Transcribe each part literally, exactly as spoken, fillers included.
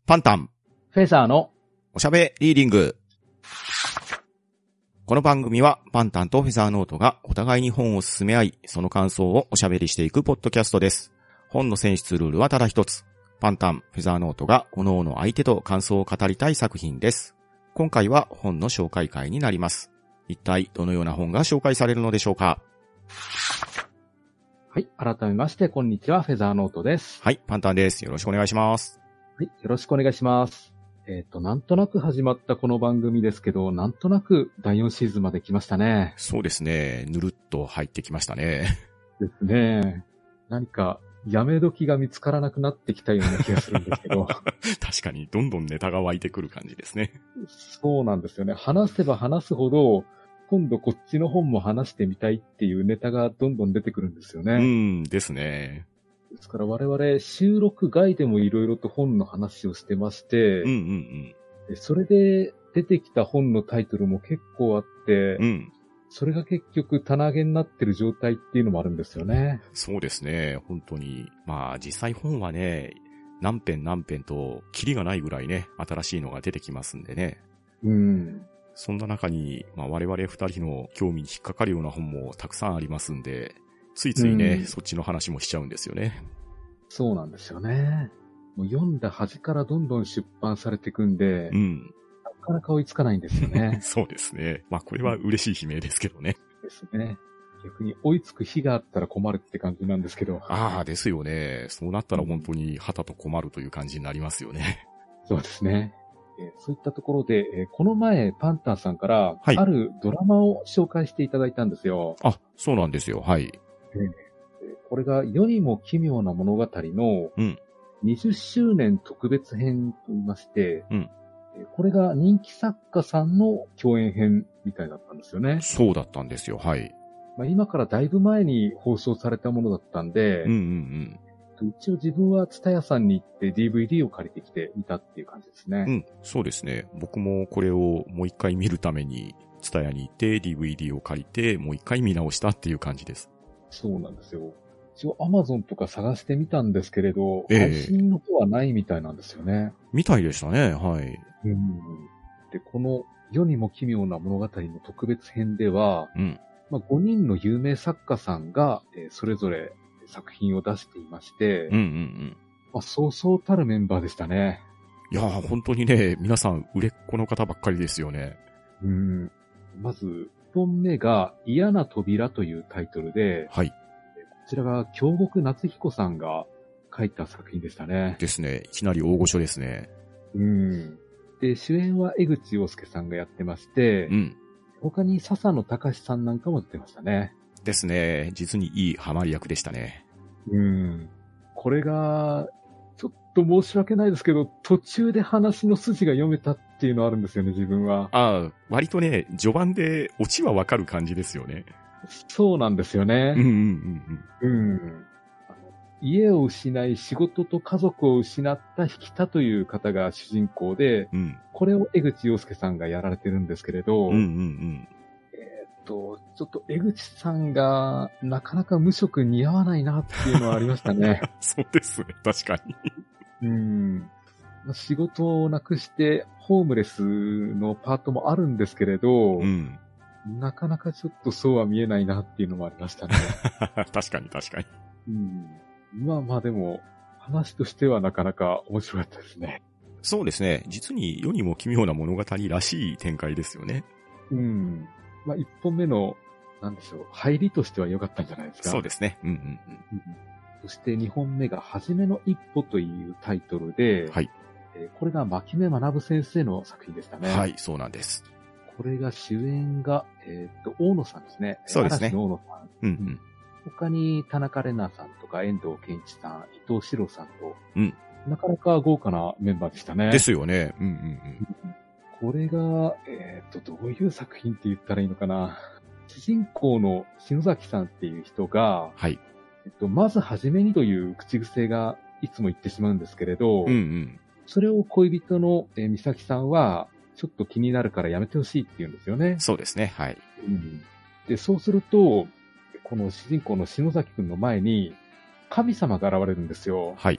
パンタン、 フェザーのおしゃべリーディング。この番組はパンタンとフェザーノートがお互いに本を進め合い、その感想をおしゃべりしていくポッドキャストです。本の選出ルールはただ一つ。パンタン、フェザーノートが各々相手と感想を語りたい作品です。今回は本の紹介会になります。一体どのような本が紹介されるのでしょうか。 はい、改めましてこんにちは、フェザーノートです。 はい、パンタンです。よろしくお願いします。 はい、よろしくお願いします。えっと、なんとなく始まったこの番組ですけど、なんとなくだいよんシーズンまで来ましたね。 そうですね。ぬるっと入ってきましたね。 ですね。何か、やめ時が見つからなくなってきたような気がするんですけど。 確かに、どんどんネタが湧いてくる感じですね。 そうなんですよね。話せば話すほど、今度こっちの本も話してみたいっていうネタがどんどん出てくるんですよね。 うん、ですね。 ですから我々収録外でもいろいろと本の話をしてまして、 うんうんでそれで出てきた本のタイトルも結構あって、 うん。うん。 それが結局棚上げになってる状態っていうのもあるんですよね。 そうですね。本当に。まあ実際本はね、何編何編とキリがないぐらいね、新しいのが出てきますんでね。 うん。 そんな中に、まあ我々二人の興味に引っかかるような本もたくさんありますんで、ついついね、 うん、 そっちの話もしちゃうんですよね。 そうなんですよね。もう読んだ端からどんどん出版されていくんで、 うん。 なかなか追いつかないんですよね。 そうですね。まあこれは嬉しい悲鳴ですけどね。 ですね。逆に追いつく日があったら困るって感じなんですけど。 ああ、ですよね。そうなったら本当に旗と困るという感じになりますよね。 そうですね。えーそういったところで、えーこの前パンタンさんから、 はいあるドラマを紹介していただいたんですよ。 あ、そうなんですよ。はい。 えーこれが世にも奇妙な物語のうん。 にじゅっしゅうねん特別編と言いまして、 うんえーこれが人気作家さんの共演編みたいだったんですよね。 そうだったんですよ。はい。 まあ、今からだいぶ前に放送されたものだったんで、 うんうん一応自分はツタヤさんに行って ディーブイディー を借りてきて見たっていう感じですね。 うん。うん。そうですね。僕もこれをもう一回見るために、ツタヤに行って ディーブイディー を借りて、もう一回見直したっていう感じです。 そうなんですよ。一応 Amazon とか探してみたんですけれど、 ええ配信の方はないみたいなんですよね。 みたいでしたね。はい。 うん、で、この世にも奇妙な物語の特別編では、 うん。 まあ、ごにんの有名作家さんが、えーそれぞれ作品を出していまして、 うんうんうん。 まあ、そうそうたるメンバーでしたね。 いやー、本当にね、皆さん売れっ子の方ばっかりですよね。 うん、まず、いっぽんめが嫌な扉というタイトルで、 はい。 こちらが京極夏彦さんが書いた作品でしたね。 ですね。いきなり大御所ですね。 うん。で、主演は江口洋介さんがやってまして、 うん。 他に笹野隆さんなんかも出てましたね。 ですね。実にいいハマり役でしたね。 うん。これが、ちょっと申し訳ないですけど、途中で話の筋が読めたっていうのはあるんですよね、自分は。 ああ、割とね、序盤でオチはわかる感じですよね。 そうなんですよね。 うんうんうんうん。あの家を失い、仕事と家族を失った引田という方が主人公で、 うん。うん。 これを江口洋介さんがやられてるんですけれど、 うんうんうん。 えっと、ちょっと江口さんがなかなか無職似合わないなっていうのはありましたね。 そうですね。確かに。 うん。まあ仕事をなくしてホームレスのパートもあるんですけれど、 うん。 なかなかちょっとそうは見えないなっていうのもありましたね。 確かに確かに。 うん。まあまあでも、話としてはなかなか面白かったですね。 そうですね。実に世にも奇妙な物語らしい展開ですよね。 うん。まあ一本目の、なんでしょう、入りとしては良かったんじゃないですか。 そうですね。うんうんうんそして二本目が、はじめの一歩というタイトルで、 うん。はい。 えーこれが牧目学先生の作品でしたね。 はい、そうなんです。 これが主演が、えっと、大野さんですね。 そうですね嵐の大野さん。 うんうん。 他に田中玲奈さんとか遠藤健一さん、伊藤史郎さんと、 うんなかなか豪華なメンバーでしたね。 ですよね。うんうんうん。 これが、えっと、どういう作品って言ったらいいのかな。主人公の篠崎さんっていう人が、 はい。 えっと、まずはじめにという口癖がいつも言ってしまうんですけれど、 うんうん。 それを恋人の、えー、美咲さんは、ちょっと気になるからやめてほしいって言うんですよね。 そうですね。はい。 うんで、そうすると、この主人公の篠崎くんの前に、神様が現れるんですよ。 はい。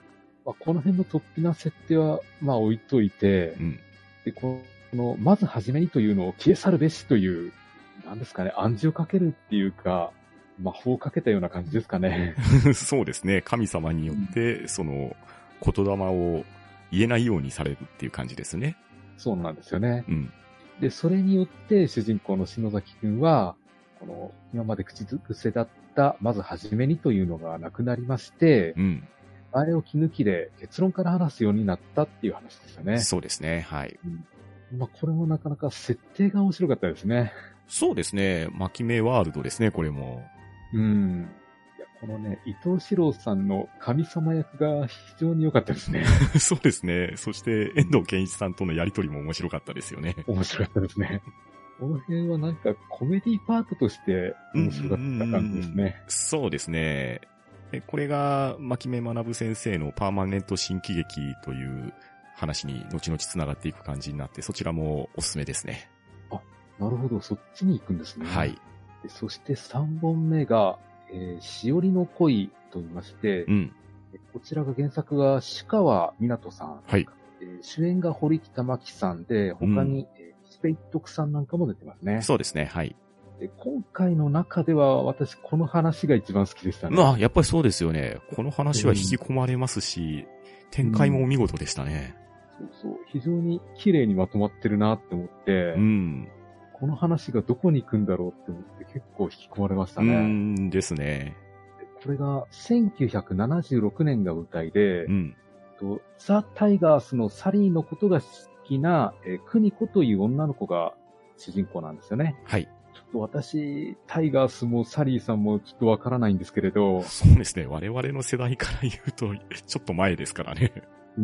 まあ、この辺の突飛な設定は、まあ置いといて、 うん。 で、この、まずはじめにというのを消え去るべしという、なんですかね、暗示をかけるっていうか、魔法をかけたような感じですかね。 そうですね。神様によって、その、言霊を言えないようにされるっていう感じですね。 そうなんですよね。 うん。 で、それによって主人公の篠崎くんは、この、今まで口癖だった、まずはじめにというのがなくなりまして、 うん。 あれを気抜きで結論から話すようになったっていう話ですよね。 そうですね。はい。 うん、まあ、これもなかなか設定が面白かったですね。 そうですね。巻き目ワールドですね、これも。 うん。いや、このね、伊藤四郎さんの神様役が非常に良かったですね。 そうですね。そして、遠藤健一さんとのやりとりも面白かったですよね。 面白かったですね。この辺はなんかコメディパートとして面白かった感じですね。 そうですね。これが、牧目学先生のパーマネント新喜劇という話に後々繋がっていく感じになって、そちらもおすすめですね。 あ、なるほど。そっちに行くんですね。 はい。 でそしてさんぼんめが、えー、しおりの恋と言いまして、 うん、 こちらが原作が志川湊さん。 はい。 えー、主演が堀北真希さんで、他に、うん、えー、スペイトクさんなんかも出てますね。 そうですね。はい。 で今回の中では私この話が一番好きでしたね。 まあ、やっぱりそうですよね。この話は引き込まれますし、うん、展開もお見事でしたね。 うん、そうそう。非常に綺麗にまとまってるなって思って、 うん。 この話がどこに行くんだろうって思って結構引き込まれましたね。 うんですね。 これがせんきゅうひゃくななじゅうろくねんが舞台で、 うん、 とザ・タイガースのサリーのことが好きな、えー、クニコという女の子が主人公なんですよね。 はい。 ちょっと私、タイガースもサリーさんもちょっとわからないんですけれど。 そうですね。我々の世代から言うと、ちょっと前ですからね。 うん、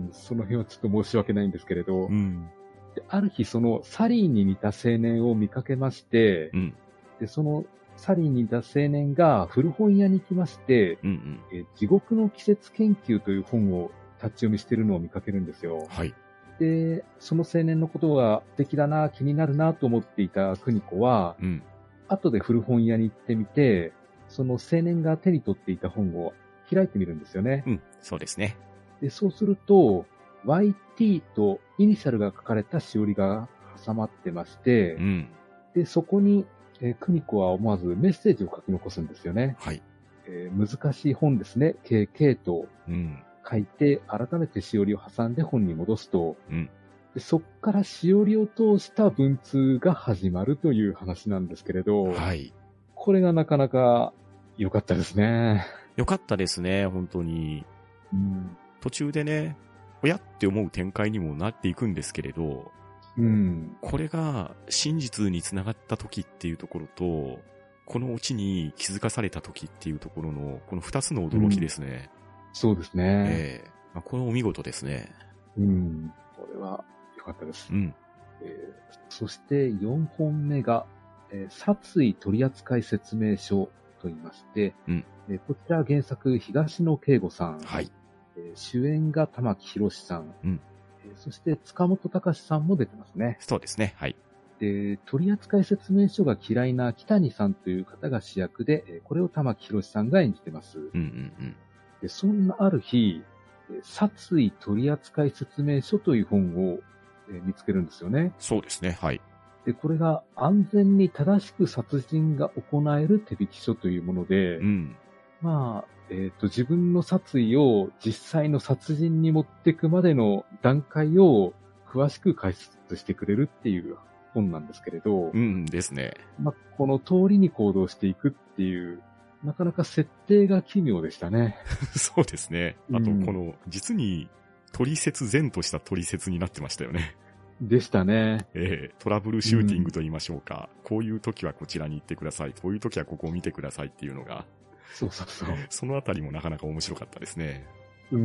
その辺はちょっと申し訳ないんですけれど。 うん、 である日、そのサリーに似た青年を見かけまして、 うん、 でそのサリーに似た青年が古本屋に行きまして、 うんうん、 え地獄の季節研究という本を立ち読みしているのを見かけるんですよ。 はい。 で、その青年のことが素敵だな、気になるなと思っていた邦子は、 うん、 後で古本屋に行ってみて、その青年が手に取っていた本を開いてみるんですよね。 うん、そうですね。 で、そうすると、ワイティー とイニシャルが書かれたしおりが挟まってまして、 うん、 で、そこに、えー、邦子は思わずメッセージを書き残すんですよね。 はい。 えー、難しい本ですね。ケーケー と書いて、改めてしおりを挟んで本に戻すと、 うん、 でそこからしおりを通した文通が始まるという話なんですけれど、 はい。 これがなかなか良かったですね。 良かったですね、本当に。 うん、 途中でね、親って思う展開にもなっていくんですけれど、 うん、 これが真実につながった時っていうところと、このオチに気づかされた時っていうところの、この二つの驚きですね。 うん、そうですね。 ええーまあ、これお見事ですね。 うん、これは良かったです。 うんえー、そしてよんほんめが、えー、殺意取扱説明書と言いまして、 うんえー、こちら原作東野圭吾さん。 はい。 えー、主演が玉木宏さん。 うん。 えー、そして塚本隆さんも出てますね。 そうですね。はい。 で、取扱説明書が嫌いな北谷さんという方が主役で、えー、これを玉木宏さんが演じてます。うんうんうん。 で、そんなある日、殺意取扱説明書という本を、えー、見つけるんですよね。 そうですね。はい。 で、これが安全に正しく殺人が行える手引き書というもので、 うん。 まあ、えっと、自分の殺意を実際の殺人に持っていくまでの段階を詳しく解説してくれるっていう本なんですけれど、 うんですね。 まあ、この通りに行動していくっていう、なかなか設定が奇妙でしたね。 そうですね。あと、この、実に、取説前とした取説になってましたよね。 でしたね。 ええー、トラブルシューティングと言いましょうか。うん、こういう時はこちらに行ってください。こういう時はここを見てくださいっていうのが。 そうそうそう。 そのあたりもなかなか面白かったですね。 うん。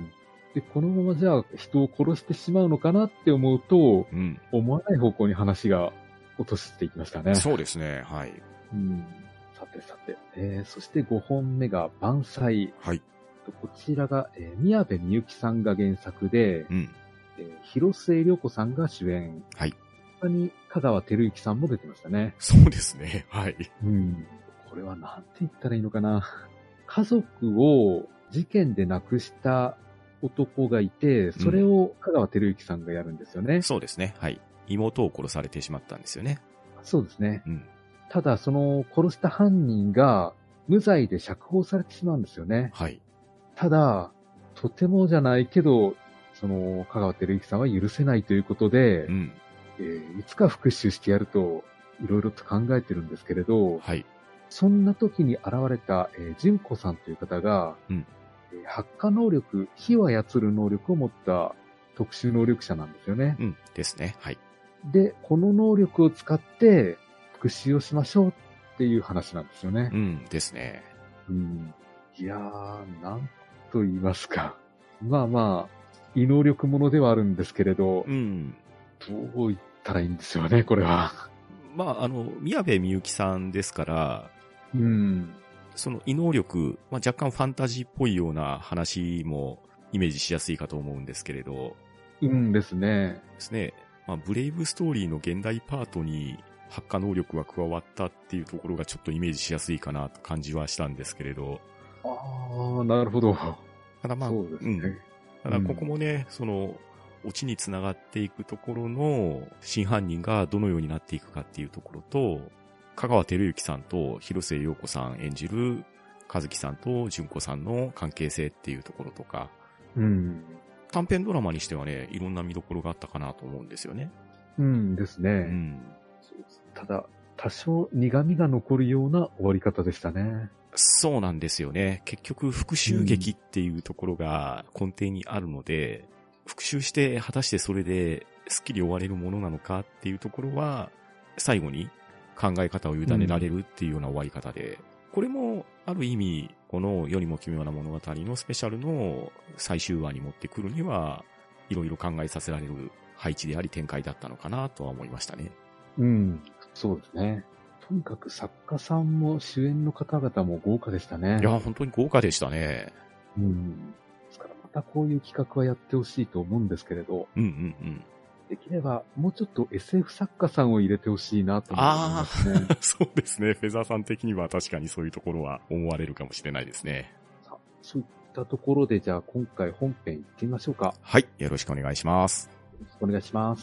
で、このままじゃあ人を殺してしまうのかなって思うと、うん、思わない方向に話が落としていきましたね。 そうですね。はい。 うん、さてさて、えー、そしてごほんめが晩祭。 はい。 こちらが、えー、宮部みゆきさんが原作で、 うんえー、広末涼子さんが主演。 はい。 他に香川照之さんも出てましたね。 そうですね。はい。 うん。これはなんて言ったらいいのかな。家族を事件で亡くした男がいて、それを香川照之さんがやるんですよね。 そうですね。はい。妹を殺されてしまったんですよね。 そうですね。 うん。 ただ、その殺した犯人が無罪で釈放されてしまうんですよね。 はい。 ただ、とてもじゃないけど、その香川照之さんは許せないということで、 うん。 えーいつか復讐してやると、いろいろと考えてるんですけれど、 はい。 そんな時に現れた、えー、純子さんという方が、 うんえー発火能力、火を操る能力を持った特殊能力者なんですよね。 うん。ですね。はい。 で、この能力を使って復讐をしましょうっていう話なんですよね。 うん。ですね。 うん、いやー、なんと言いますか。まあまあ、異能力ものではあるんですけれど、 うん。 どう言ったらいいんですよね、これは。 まあ、あの、宮部みゆきさんですから、 うん。 その異能力、まあ、若干ファンタジーっぽいような話もイメージしやすいかと思うんですけれど、 うんですね。 ですね。まあ、ブレイブストーリーの現代パートに発火能力が加わったっていうところがちょっとイメージしやすいかなと感じはしたんですけれど。 ああ、なるほど。 ただまあ、 そうですね。 ん。ただここもね、その、オチにつながっていくところの真犯人がどのようになっていくかっていうところと、香川照之さんと広末涼子さん演じる和樹さんと純子さんの関係性っていうところとか、 うん。 短編ドラマにしてはね、いろんな見どころがあったかなと思うんですよね。 うんですね。 うん。 そうです。ただ、多少苦味が残るような終わり方でしたね。 そうなんですよね。結局復讐劇っていうところが根底にあるので、うん、復讐して果たしてそれでスッキリ終われるものなのかっていうところは、最後に考え方を委ねられるっていうような終わり方で、うん、これもある意味、この世にも奇妙な物語のスペシャルの最終話に持ってくるには、いろいろ考えさせられる配置であり展開だったのかなとは思いましたね。 うん、そうですね。とにかく作家さんも主演の方々も豪華でしたね。 いや、本当に豪華でしたね。 うん。ですからまたこういう企画はやってほしいと思うんですけれど。 うんうんうん。 できれば、もうちょっと エスエフ 作家さんを入れてほしいなと思いますね。 ああ、そうですね。フェザーさん的には確かにそういうところは思われるかもしれないですね。 さあ、そういったところで、じゃあ今回本編行ってみましょうか。 はい。よろしくお願いします。 よろしくお願いします。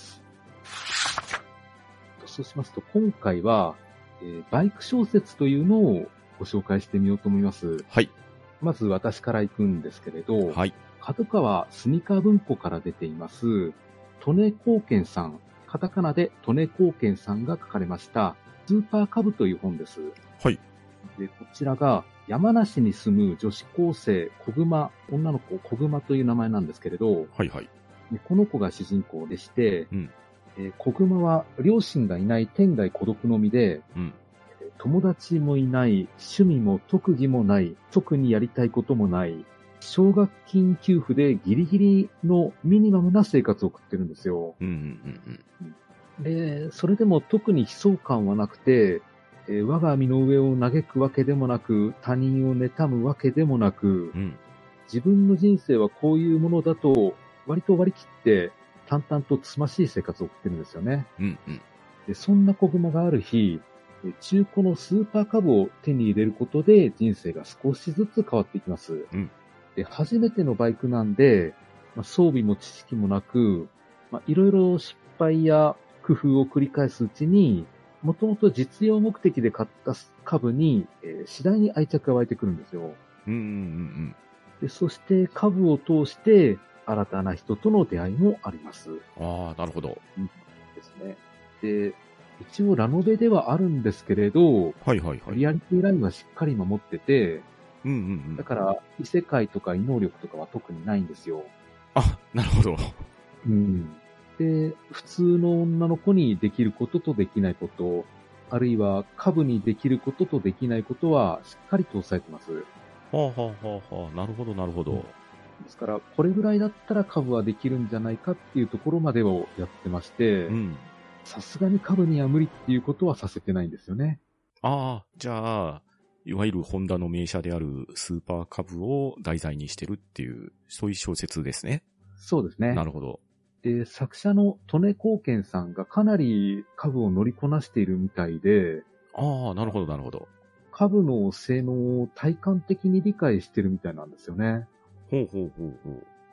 そうしますと、今回は、えー、バイク小説というのをご紹介してみようと思います。 はい。 まず私から行くんですけれど、 はい。 角川スニカ文庫から出ています、利根光健さん、カタカナで利根光健さんが書かれました、スーパーカブという本です。 はい。 で、こちらが山梨に住む女子高生、小熊、女の子小熊という名前なんですけれど、 はいはい。 でこの子が主人公でして、 うん。 えー、小熊は両親がいない天涯孤独の身で、 うん。 友達もいない、趣味も特技もない、特にやりたいこともない、奨学金給付でギリギリのミニマムな生活を送ってるんですよ。 うんうんうんうん、で、それでも特に悲壮感はなくて、えー、我が身の上を嘆くわけでもなく、他人を妬むわけでもなく、 うん、 自分の人生はこういうものだと割と割り切って淡々とつましい生活を送ってるんですよね。 うんうん。 でそんな小熊がある日、中古のスーパーカブを手に入れることで人生が少しずつ変わっていきます。 うん、 で初めてのバイクなんで、まあ、装備も知識もなく、まあ、いろいろ失敗や工夫を繰り返すうちに、もともと実用目的で買ったカブに、えー、次第に愛着が湧いてくるんですよ。 うんうんうんでそしてカブを通して新たな人との出会いもあります。 ああ、なるほど。 ですね。で、一応ラノベではあるんですけれど、 はいはいはい。 リアリティラインはしっかり守ってて、 うんうんうん。 だから異世界とか異能力とかは特にないんですよ。 あ、なるほど。 うん。で、普通の女の子にできることとできないこと、あるいは株にできることとできないことはしっかりと抑えてます。 はあはあはあはあ、なるほどなるほど。 ですから、これぐらいだったら株はできるんじゃないかっていうところまでをやってまして、さすがに株には無理っていうことはさせてないんですよね。 ああ、じゃあ、いわゆるホンダの名車であるスーパーカブを題材にしてるっていう、そういう小説ですね。 そうですね。 なるほど。 で、作者の利根光健さんがかなり株を乗りこなしているみたいで、 ああ、なるほどなるほど。 株の性能を体感的に理解してるみたいなんですよね。 ほうほうほうほう。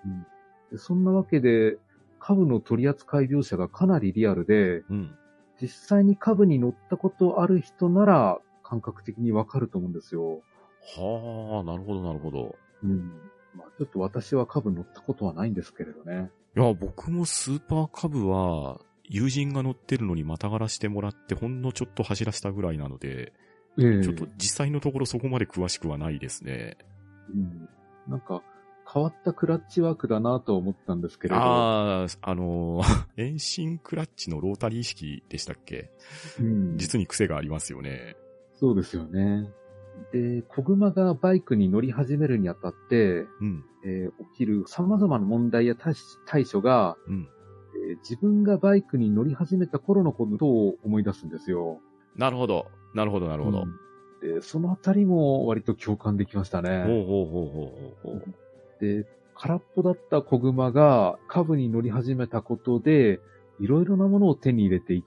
うん、でそんなわけで、株の取扱い描写がかなりリアルで、 うん。 実際に株に乗ったことある人なら感覚的にわかると思うんですよ。 はあ、なるほどなるほど。 うん。まあちょっと私は株乗ったことはないんですけれどね。 いや、僕もスーパーカブは、友人が乗ってるのにまたがらしてもらって、ほんのちょっと走らせたぐらいなので、 ええ、 ちょっと実際のところそこまで詳しくはないですね。 うん。なんか、変わったクラッチワークだなと思ったんですけれど。 ああ、あのー、遠心クラッチのロータリー式でしたっけ？うん。実に癖がありますよね。 そうですよね。で、子熊がバイクに乗り始めるにあたって、うん、えー、起きる様々な問題や対処が、うんえー、自分がバイクに乗り始めた頃のことを思い出すんですよ。 なるほど。なるほど、なるほど。 うん、で、そのあたりも割と共感できましたね。 ほうほうほうほうほう。 で、空っぽだった子熊がカブに乗り始めたことで、いろいろなものを手に入れていって、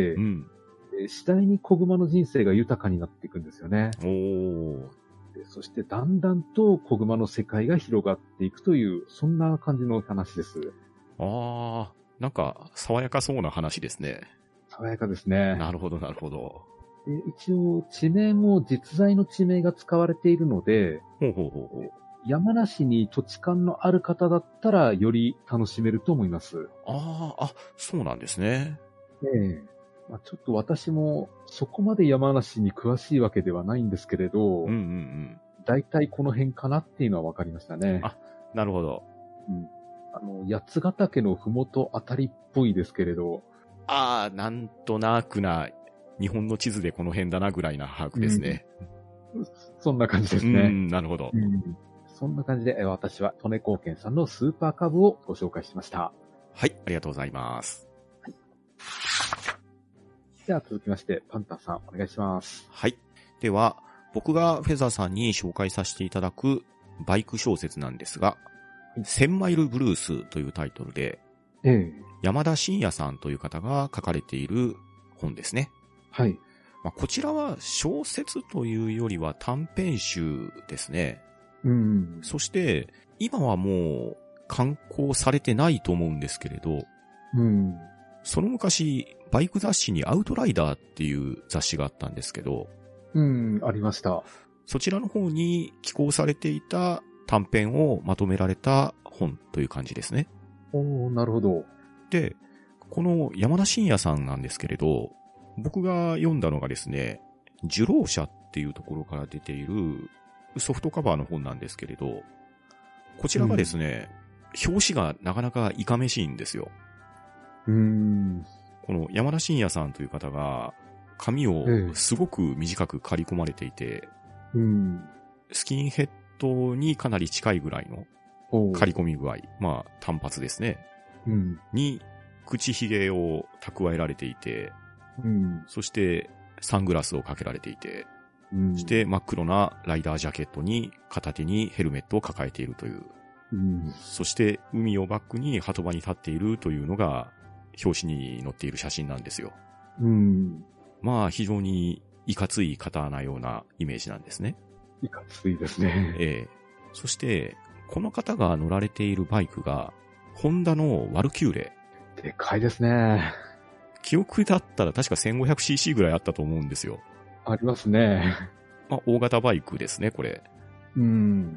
うん、次第に子熊の人生が豊かになっていくんですよね。おー。でそしてだんだんと子熊の世界が広がっていくという、そんな感じの話です。 ああ、なんか爽やかそうな話ですね。 爽やかですね。 なるほど、なるほど。 で一応、地名も実在の地名が使われているので、 ほうほうほうほう。 山梨に土地勘のある方だったらより楽しめると思います。 ああ、あ、そうなんですね。 ええ。まあ、ちょっと私もそこまで山梨に詳しいわけではないんですけれど、うんうんうん。大体この辺かなっていうのは分かりましたね。 あ、なるほど。 うん。あの、八ヶ岳のふもとあたりっぽいですけれど。 ああ、なんとなくな、日本の地図でこの辺だなぐらいな把握ですね。 うん、そんな感じですね。 うん、なるほど。うんそんな感じで、私は利根高研さんのスーパーカブをご紹介しました。 はい、ありがとうございます。はい、 では続きまして、パンタンさんお願いします。 はい。では、僕がフェザーさんに紹介させていただくバイク小説なんですが、はい、せんマイルブルースというタイトルで、ええ、山田真也さんという方が書かれている本ですね。はい。まあ、こちらは小説というよりは短編集ですね。うん、そして、今はもう刊行されてないと思うんですけれど、うん、その昔、バイク雑誌にアウトライダーっていう雑誌があったんですけど、 うん、ありました。 そちらの方に寄稿されていた短編をまとめられた本という感じですね。 おー、なるほど。 で、この山田真也さんなんですけれど、僕が読んだのがですね、受浪者っていうところから出ているソフトカバーの本なんですけれど、こちらがですね、うん、表紙がなかなかいかめしいんですよ。うーん。この山田真也さんという方が、髪をすごく短く刈り込まれていて、うん、スキンヘッドにかなり近いぐらいの刈り込み具合、まあ単発ですね。うん、に、口ひげを蓄えられていて、うん、そしてサングラスをかけられていて、うん、そして真っ黒なライダージャケットに片手にヘルメットを抱えているという。うん、そして海をバックに鳩場に立っているというのが表紙に載っている写真なんですよ。うん、まあ非常にいかつい方なようなイメージなんですね。 いかついですね。 ええ。そしてこの方が乗られているバイクがホンダのワルキューレ。 でかいですね。 記憶だったら確か せんごひゃくシーシー ぐらいあったと思うんですよ。 ありますね。 まあ、大型バイクですね、これ。うん。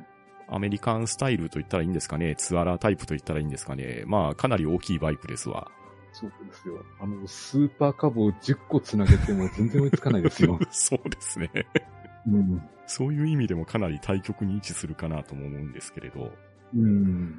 アメリカンスタイルと言ったらいいんですかね。ツアラータイプと言ったらいいんですかね。まあ、かなり大きいバイクですわ。 そうですよ。あの、スーパーカブをじゅっこつなげても全然追いつかないですよ。 そうですね。うん。そういう意味でもかなり対極に位置するかなとも思うんですけれど。うん。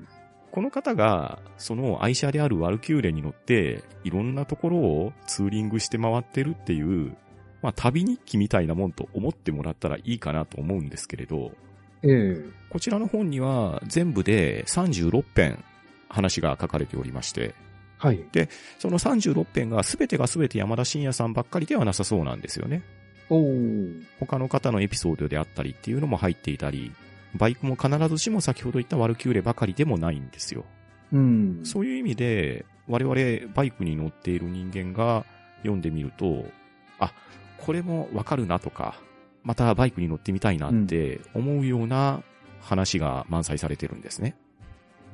この方が、その愛車であるワルキューレに乗って、いろんなところをツーリングして回ってるっていう、まあ、旅日記みたいなもんと思ってもらったらいいかなと思うんですけれど、ええ、こちらの本には全部でさんじゅうろっぺん話が書かれておりまして、はい。で、そのさんじゅうろっぺんが全てが全て山田真也さんばっかりではなさそうなんですよね。おー。他の方のエピソードであったりっていうのも入っていたり、バイクも必ずしも先ほど言ったワルキューレばかりでもないんですよ。うん。そういう意味で、我々バイクに乗っている人間が読んでみると、あ、これもわかるなとか、またバイクに乗ってみたいなって思うような話が満載されてるんですね。 うん。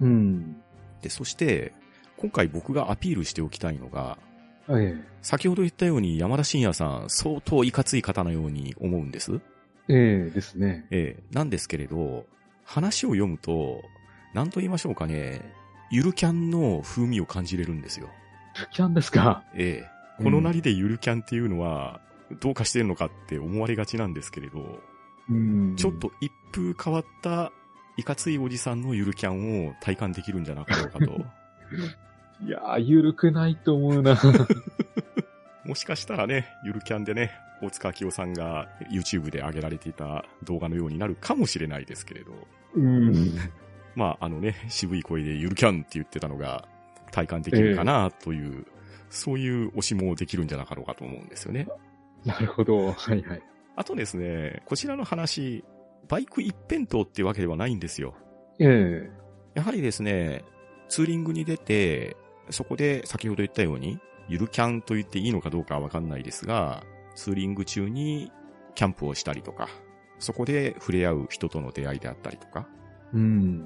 で、そして、今回僕がアピールしておきたいのが、 ええ。 先ほど言ったように山田真也さん、相当いかつい方のように思うんです。 ええですね。 ええ。なんですけれど、話を読むと、何と言いましょうかね、ゆるキャンの風味を感じれるんですよ。 ゆるキャンですか？ ええ。このなりでゆるキャンっていうのは、どうかしてるのかって思われがちなんですけれど、 うん、 ちょっと一風変わったいかついおじさんのゆるキャンを体感できるんじゃなかろうかと。 いやー、ゆるくないと思うな。 もしかしたらね、ゆるキャンでね、大塚明夫さんが YouTube で上げられていた動画のようになるかもしれないですけれど。 うん。 まあ、あのね、渋い声でゆるキャンって言ってたのが体感できるかなという、えー、そういう推しもできるんじゃなかろうかと思うんですよね。 なるほど。はいはい。 あとですね、こちらの話、バイク一辺倒ってわけではないんですよ。 ええー。 やはりですね、ツーリングに出て、そこで先ほど言ったように、ゆるキャンと言っていいのかどうかはわかんないですが、ツーリング中にキャンプをしたりとか、そこで触れ合う人との出会いであったりとか。 うん。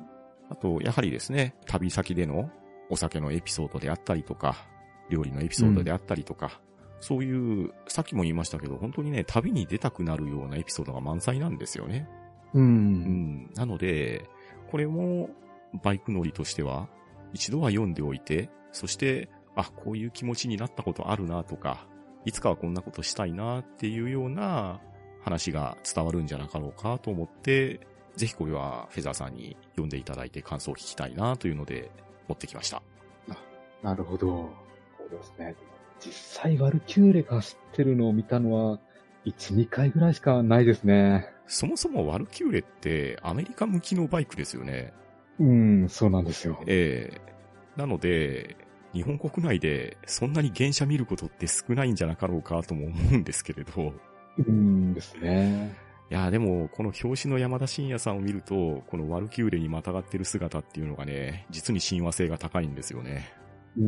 あと、やはりですね、旅先でのお酒のエピソードであったりとか、料理のエピソードであったりとか、うん、そういう、さっきも言いましたけど、本当にね、旅に出たくなるようなエピソードが満載なんですよね。 うん。うん。 なので、これもバイク乗りとしては、一度は読んでおいて、そして、あ、こういう気持ちになったことあるなとか、いつかはこんなことしたいなっていうような話が伝わるんじゃなかろうかと思って、ぜひこれはフェザーさんに読んでいただいて感想を聞きたいなというので持ってきました。 なるほど。そうですね。実際ワルキューレが走ってるのを見たのは、いち、にかいぐらいしかないですね。 そもそもワルキューレってアメリカ向きのバイクですよね。 うん、そうなんですよ。 ええー。なので、日本国内でそんなに原車見ることって少ないんじゃなかろうかとも思うんですけれど。 うんですね。 いやでも、この表紙の山田真也さんを見ると、このワルキューレにまたがってる姿っていうのがね、実に親和性が高いんですよね。 うん。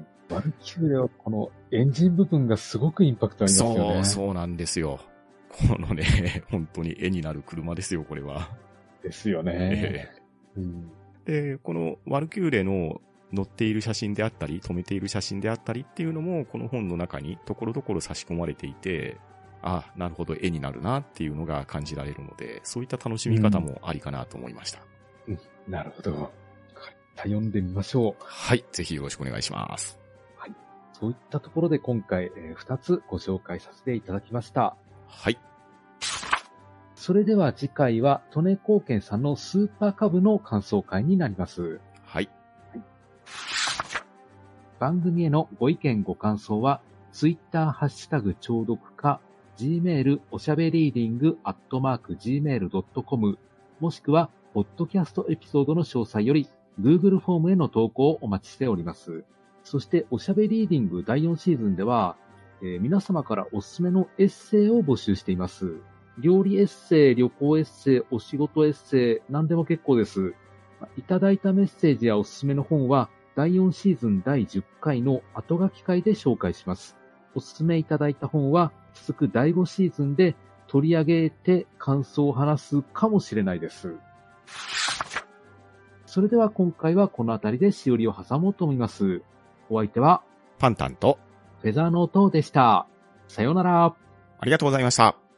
ワルキューレはこのエンジン部分がすごくインパクトありますよね。 そう、そうなんですよ。このね、本当に絵になる車ですよ、これは。 ですよね。 えーうん、で、このワルキューレの乗っている写真であったり、止めている写真であったりっていうのも、この本の中にところどころ差し込まれていて、あ、なるほど、絵になるなっていうのが感じられるので、そういった楽しみ方もありかなと思いました。 うん、うん、なるほど。読んでみましょう。 はい、ぜひよろしくお願いします。 はい。そういったところで今回、えー、ふたつご紹介させていただきました。 はい。 それでは次回は、利根高健さんのスーパーカブの感想会になります。 はい。 はい、番組へのご意見ご感想は、ツイッターハッシュタグ聴読か、Gmail おしゃべりーディングアットマーク ジーメールドットコム もしくは、ポッドキャストエピソードの詳細より、Google フォームへの投稿をお待ちしております。そして、おしゃべりーディングだいよんシーズンでは、えー、皆様からおすすめのエッセイを募集しています。料理エッセイ、旅行エッセイ、お仕事エッセイ、何でも結構です。いただいたメッセージやおすすめの本は、だいよんシーズンだいじゅっかいの後書き会で紹介します。おすすめいただいた本は、続くだいごシーズンで取り上げて感想を話すかもしれないです。それでは今回はこの辺りでしおりを挟もうと思います。お相手は、 パンタンと、 フェザーノートでした。さようなら。 ありがとうございました。